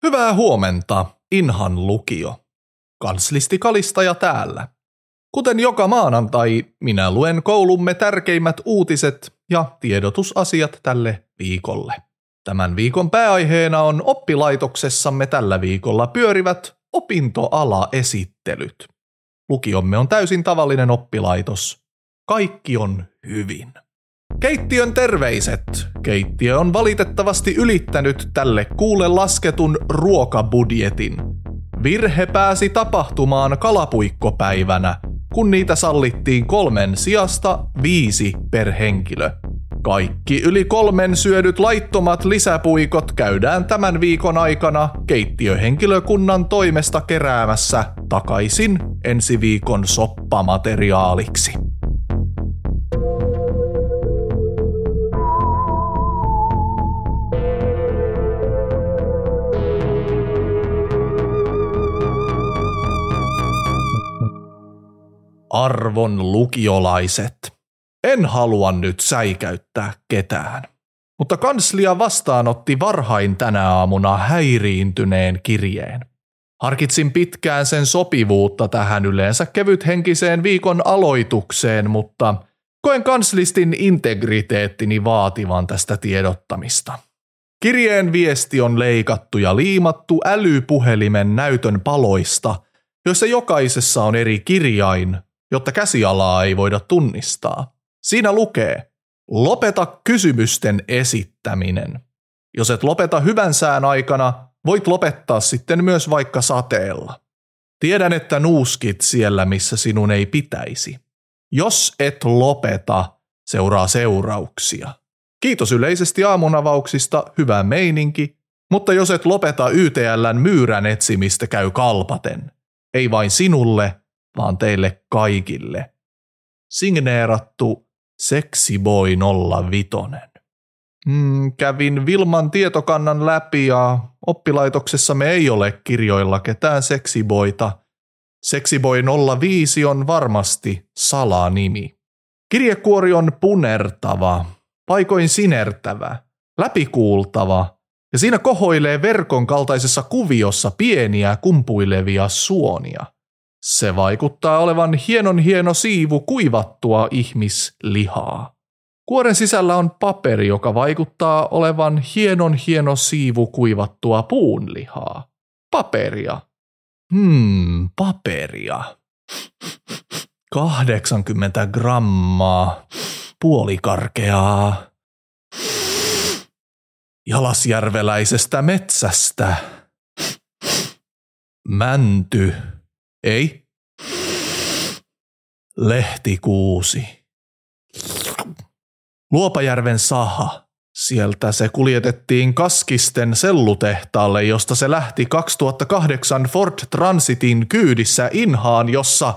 Hyvää huomenta, Inhan lukio. Kanslisti Kalistaja täällä. Kuten joka maanantai, minä luen koulumme tärkeimmät uutiset ja tiedotusasiat tälle viikolle. Tämän viikon pääaiheena on oppilaitoksessamme tällä viikolla pyörivät opintoalaesittelyt. Lukiomme on täysin tavallinen oppilaitos. Kaikki on hyvin. Keittiön terveiset. Keittiö on valitettavasti ylittänyt tälle kuulle lasketun ruokabudjetin. Virhe pääsi tapahtumaan kalapuikkopäivänä, kun niitä sallittiin 3 sijasta 5 per henkilö. Kaikki yli 3 syödyt laittomat lisäpuikot käydään tämän viikon aikana keittiöhenkilökunnan toimesta keräämässä takaisin ensi viikon soppamateriaaliksi. Arvon lukiolaiset, en halua nyt säikäyttää ketään, mutta kanslia vastaanotti varhain tänä aamuna häiriintyneen kirjeen. Harkitsin pitkään sen sopivuutta tähän yleensä kevythenkiseen viikon aloitukseen, mutta koen kanslistin integriteettini vaativan tästä tiedottamista. Kirjeen viesti on leikattu ja liimattu älypuhelimen näytön paloista, joissa jokaisessa on eri kirjain, jotta käsialaa ei voida tunnistaa. Siinä lukee, lopeta kysymysten esittäminen. Jos et lopeta hyvän sään aikana, voit lopettaa sitten myös vaikka sateella. Tiedän, että nuuskit siellä, missä sinun ei pitäisi. Jos et lopeta, seuraa seurauksia. Kiitos yleisesti aamunavauksista, hyvä meininki, mutta jos et lopeta YTL:n myyrän etsimistä, käy kalpaten. Ei vain sinulle, vaan teille kaikille. Signeerattu Sexiboy 05. Kävin Vilman tietokannan läpi ja oppilaitoksessamme ei ole kirjoilla ketään seksiboita. Sexiboy 05 on varmasti salanimi. Kirjekuori on punertava, paikoin sinertävä, läpikuultava ja siinä kohoilee verkon kaltaisessa kuviossa pieniä kumpuilevia suonia. Se vaikuttaa olevan hieno siivu kuivattua ihmislihaa. Kuoren sisällä on paperi, joka vaikuttaa olevan hieno siivu kuivattua puunlihaa. Paperia. Paperia. 80 grammaa. Puolikarkeaa. Jalasjärveläisestä metsästä. Mänty. Ei. Lehtikuusi. Luopajärven saha. Sieltä se kuljetettiin Kaskisten sellutehtaalle, josta se lähti 2008 Ford Transitin kyydissä Inhaan, jossa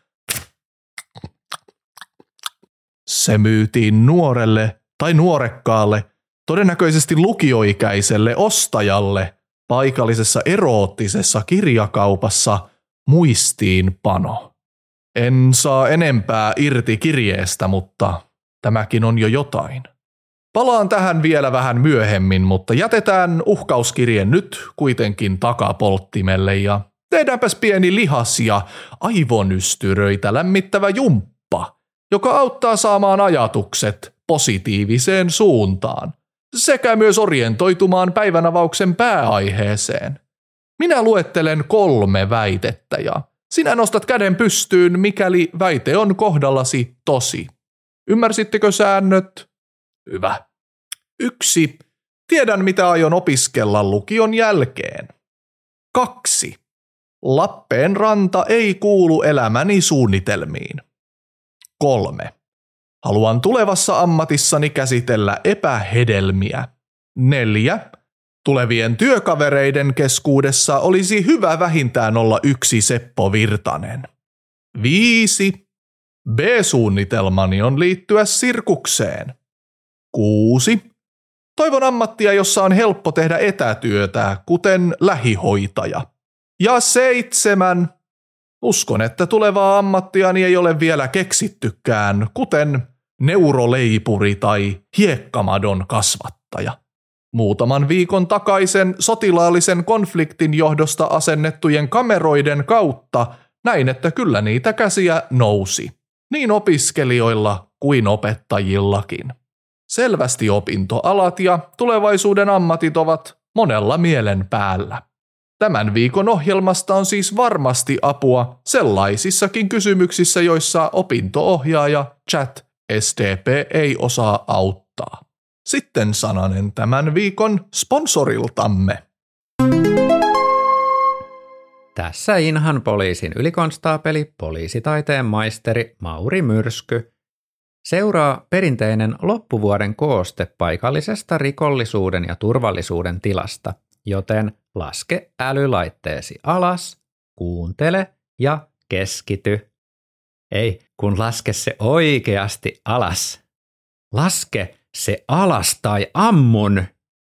se myytiin nuorelle tai nuorekkaalle, todennäköisesti lukioikäiselle ostajalle paikallisessa eroottisessa kirjakaupassa muistiinpano. En saa enempää irti kirjeestä, mutta tämäkin on jo jotain. Palaan tähän vielä vähän myöhemmin, mutta jätetään uhkauskirje nyt kuitenkin takapolttimelle ja tehdäänpäs pieni lihas- ja aivonystyröitä lämmittävä jumppa, joka auttaa saamaan ajatukset positiiviseen suuntaan sekä myös orientoitumaan päivänavauksen pääaiheeseen. Minä luettelen 3 väitettä ja sinä nostat käden pystyyn, mikäli väite on kohdallasi tosi. Ymmärsittekö säännöt? Hyvä. 1. Tiedän, mitä aion opiskella lukion jälkeen. 2. Lappeenranta ei kuulu elämäni suunnitelmiin. 3. Haluan tulevassa ammatissani käsitellä epähedelmiä. 4. Tulevien työkavereiden keskuudessa olisi hyvä vähintään olla yksi Seppo Virtanen. 5. B-suunnitelmani on liittyä sirkukseen. 6. Toivon ammattia, jossa on helppo tehdä etätyötä, kuten lähihoitaja. Ja 7. Uskon, että tulevaa ammattiani ei ole vielä keksittykään, kuten neuroleipuri tai hiekkamadon kasvattaja. Muutaman viikon takaisen sotilaallisen konfliktin johdosta asennettujen kameroiden kautta näin, että kyllä niitä käsiä nousi, niin opiskelijoilla kuin opettajillakin. Selvästi opintoalat ja tulevaisuuden ammatit ovat monella mielen päällä. Tämän viikon ohjelmasta on siis varmasti apua sellaisissakin kysymyksissä, joissa opinto-ohjaaja ChatSTP ei osaa auttaa. Sitten sananen tämän viikon sponsoriltamme. Tässä Inhan poliisin ylikonstaapeli, poliisitaiteen maisteri Mauri Myrsky. Seuraa perinteinen loppuvuoden kooste paikallisesta rikollisuuden ja turvallisuuden tilasta, joten laske älylaitteesi alas, kuuntele ja keskity. Ei, kun laske se oikeasti alas. Laske se alas tai ammun.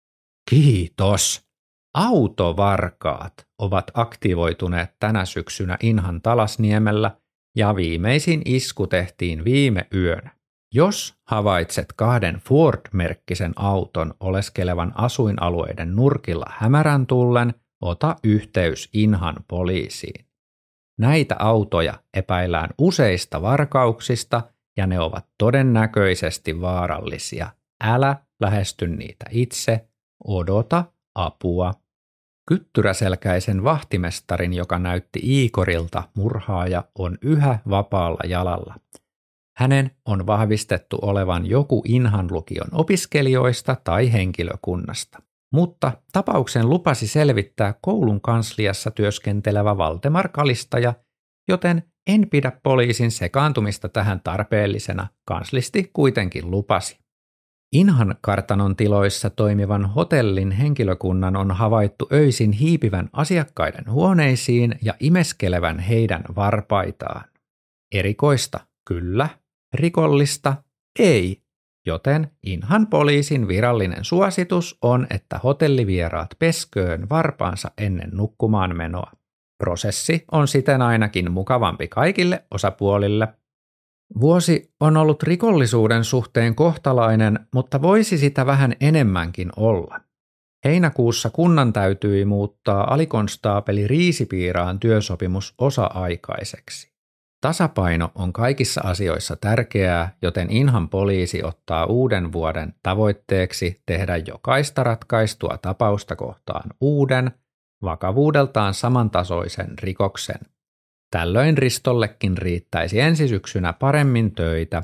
Kiitos. Autovarkaat ovat aktivoituneet tänä syksynä Inhan Talasniemellä ja viimeisin isku tehtiin viime yönä. Jos havaitset 2 Ford-merkkisen auton oleskelevan asuinalueiden nurkilla hämärän tullen, ota yhteys Inhan poliisiin. Näitä autoja epäillään useista varkauksista ja ne ovat todennäköisesti vaarallisia. Älä lähesty niitä itse, odota apua. Kyttyräselkäisen vahtimestarin, joka näytti Iikorilta murhaaja, on yhä vapaalla jalalla. Hänen on vahvistettu olevan joku Inhan lukion opiskelijoista tai henkilökunnasta, mutta tapauksen lupasi selvittää koulun kansliassa työskentelevä Valdemar Kalistaja, joten en pidä poliisin sekaantumista tähän tarpeellisena, kanslisti kuitenkin lupasi. Inhan kartanon tiloissa toimivan hotellin henkilökunnan on havaittu öisin hiipivän asiakkaiden huoneisiin ja imeskelevän heidän varpaitaan. Erikoista, kyllä. Rikollista, ei. Joten Inhan poliisin virallinen suositus on, että hotellivieraat pesköön varpaansa ennen nukkumaan menoa. Prosessi on siten ainakin mukavampi kaikille osapuolille. Vuosi on ollut rikollisuuden suhteen kohtalainen, mutta voisi sitä vähän enemmänkin olla. Heinäkuussa kunnan täytyi muuttaa alikonstaapeli Riisipiiraan työsopimus osa-aikaiseksi. Tasapaino on kaikissa asioissa tärkeää, joten Inhan poliisi ottaa uuden vuoden tavoitteeksi tehdä jokaista ratkaistua tapausta kohtaan uuden, vakavuudeltaan samantasoisen rikoksen. Tällöin Ristollekin riittäisi ensi syksynä paremmin töitä.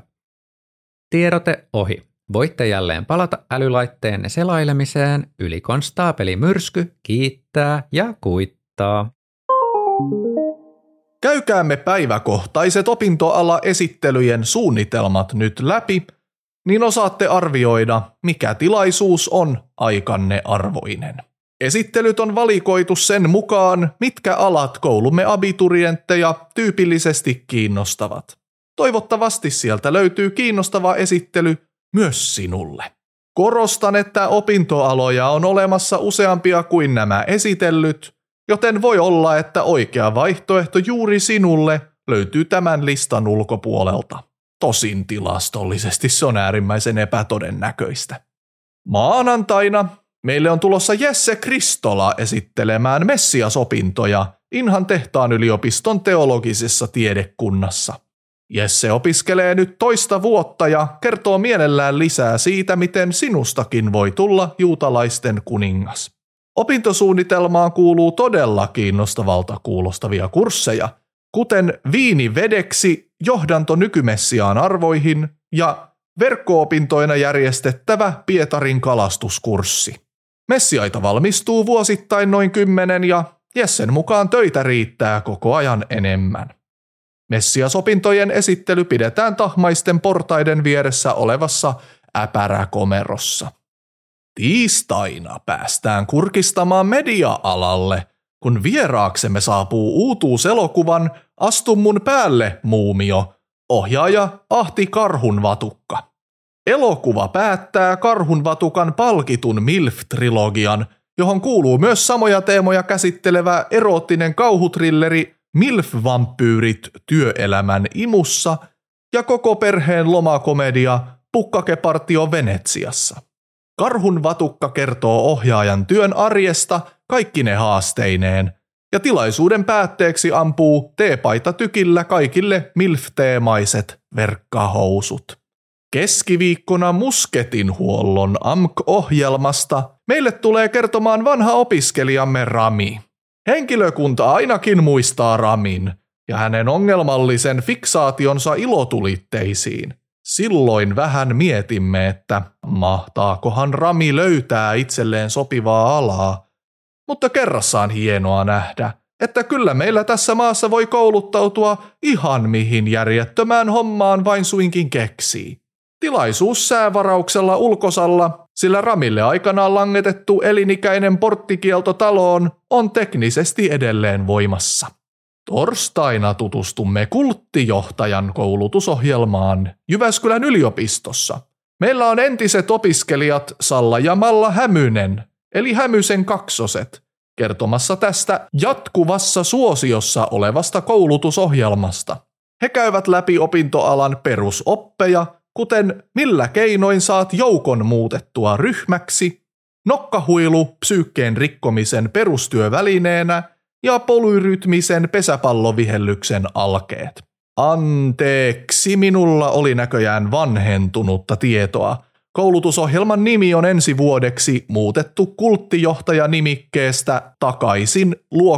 Tiedote ohi. Voitte jälleen palata älylaitteenne selailemiseen. Ylikonstaapeli Myrsky kiittää ja kuittaa. Käykäämme päiväkohtaiset opintoala-esittelyjen suunnitelmat nyt läpi, niin osaatte arvioida, mikä tilaisuus on aikanne arvoinen. Esittelyt on valikoitu sen mukaan, mitkä alat koulumme abiturientteja tyypillisesti kiinnostavat. Toivottavasti sieltä löytyy kiinnostava esittely myös sinulle. Korostan, että opintoaloja on olemassa useampia kuin nämä esitellyt, joten voi olla, että oikea vaihtoehto juuri sinulle löytyy tämän listan ulkopuolelta. Tosin tilastollisesti se on äärimmäisen epätodennäköistä. Maanantaina meille on tulossa Jesse Kristola esittelemään Messias-opintoja Inhan tehtaan yliopiston teologisessa tiedekunnassa. Jesse opiskelee nyt 2. vuotta ja kertoo mielellään lisää siitä, miten sinustakin voi tulla juutalaisten kuningas. Opintosuunnitelmaan kuuluu todella kiinnostavalta kuulostavia kursseja, kuten viini vedeksi, johdanto nykymessiaan arvoihin ja verkko-opintoina järjestettävä Pietarin kalastuskurssi. Messiaita valmistuu vuosittain noin 10 ja Jessen mukaan töitä riittää koko ajan enemmän. Messiasopintojen esittely pidetään tahmaisten portaiden vieressä olevassa äpäräkomerossa. Tiistaina päästään kurkistamaan media-alalle, kun vieraaksemme saapuu uutuuselokuvan Astu mun päälle, muumio, ohjaaja Ahti Karhunvatukka. Elokuva päättää Karhunvatukan palkitun MILF-trilogian, johon kuuluu myös samoja teemoja käsittelevä eroottinen kauhutrilleri MILF-vampyyrit työelämän imussa ja koko perheen lomakomedia Pukkakepartio Venetsiassa. Karhun vatukka kertoo ohjaajan työn arjesta kaikkine haasteineen, ja tilaisuuden päätteeksi ampuu teepaita tykillä kaikille milf-teemaiset verkkahousut. Keskiviikkona Musketinhuollon AMK-ohjelmasta meille tulee kertomaan vanha opiskelijamme Rami. Henkilökunta ainakin muistaa Ramin ja hänen ongelmallisen fiksaationsa ilotulitteisiin. Silloin vähän mietimme, että mahtaakohan Rami löytää itselleen sopivaa alaa. Mutta kerrassaan hienoa nähdä, että kyllä meillä tässä maassa voi kouluttautua ihan mihin järjettömään hommaan vain suinkin keksii. Tilaisuus säävarauksella ulkosalla, sillä Ramille aikanaan langetettu elinikäinen porttikielto taloon on teknisesti edelleen voimassa. Torstaina tutustumme kulttijohtajan koulutusohjelmaan Jyväskylän yliopistossa. Meillä on entiset opiskelijat Salla ja Malla Hämynen, eli Hämysen kaksoset, kertomassa tästä jatkuvassa suosiossa olevasta koulutusohjelmasta. He käyvät läpi opintoalan perusoppeja, kuten millä keinoin saat joukon muutettua ryhmäksi, nokkahuilu psyykkeen rikkomisen perustyövälineenä ja polyrytmisen pesäpallovihellyksen alkeet. Anteeksi, minulla oli näköjään vanhentunutta tietoa. Koulutusohjelman nimi on ensi vuodeksi muutettu kulttijohtajanimikkeestä takaisin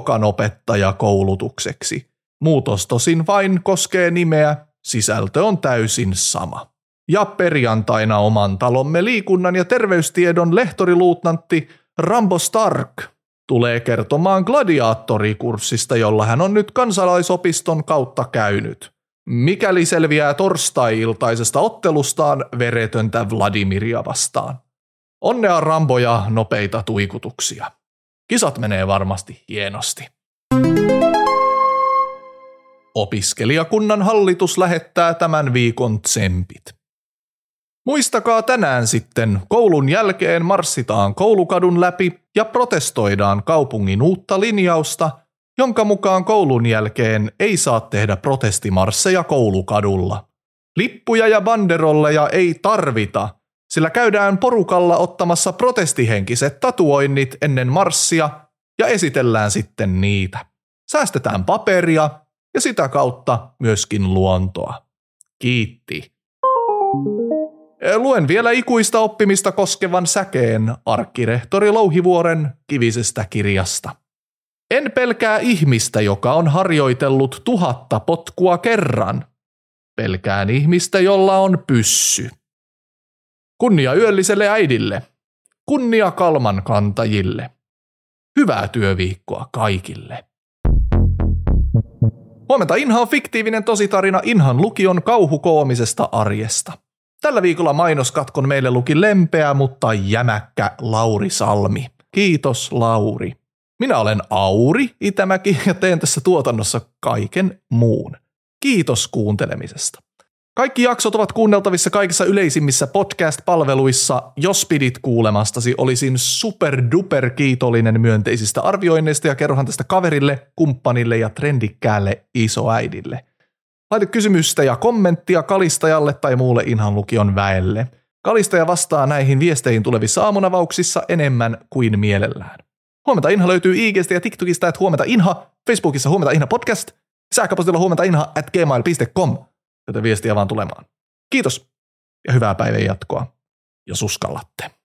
luokanopettajakoulutukseksi. Muutos tosin vain koskee nimeä, sisältö on täysin sama. Ja perjantaina oman talomme liikunnan ja terveystiedon lehtoriluutnantti Rambo Stark tulee kertomaan gladiaattorikurssista, jolla hän on nyt kansalaisopiston kautta käynyt. Mikäli selviää torstai-iltaisesta ottelustaan veretöntä Vladimiria vastaan. Onnea Rambo ja nopeita tuikutuksia. Kisat menee varmasti hienosti. Opiskelijakunnan hallitus lähettää tämän viikon tsempit. Muistakaa tänään sitten, koulun jälkeen marssitaan koulukadun läpi ja protestoidaan kaupungin uutta linjausta, jonka mukaan koulun jälkeen ei saa tehdä protestimarsseja koulukadulla. Lippuja ja banderolleja ei tarvita, sillä käydään porukalla ottamassa protestihenkiset tatuoinnit ennen marssia ja esitellään sitten niitä. Säästetään paperia ja sitä kautta myöskin luontoa. Kiitti. Luen vielä ikuista oppimista koskevan säkeen arkkirehtori Louhivuoren kivisestä kirjasta. En pelkää ihmistä, joka on harjoitellut 1000 potkua kerran. Pelkään ihmistä, jolla on pyssy. Kunnia yölliselle äidille. Kunnia Kalman kantajille. Hyvää työviikkoa kaikille. Huomenta Inha on fiktiivinen tositarina Inhan lukion kauhukoomisesta arjesta. Tällä viikolla mainoskatkon meille luki lempeä, mutta jämäkkä Lauri Salmi. Kiitos Lauri. Minä olen Auri Itämäki ja teen tässä tuotannossa kaiken muun. Kiitos kuuntelemisesta. Kaikki jaksot ovat kuunneltavissa kaikissa yleisimmissä podcast-palveluissa. Jos pidit kuulemastasi, olisin superduper kiitollinen myönteisistä arvioinneista ja kerrohan tästä kaverille, kumppanille ja trendikkäälle isoäidille. Laita kysymystä ja kommenttia Kalistajalle tai muulle Inhan lukion väelle. Kalistaja vastaa näihin viesteihin tulevissa aamunavauksissa enemmän kuin mielellään. Huomenta Inha löytyy IG:stä ja TikTokista, että Huomenta Inha, Facebookissa Huomenta Inha podcast, sähköpostilla huomentainha@gmail.com, joten viestiä vaan tulemaan. Kiitos ja hyvää päivän jatkoa, jos uskallatte.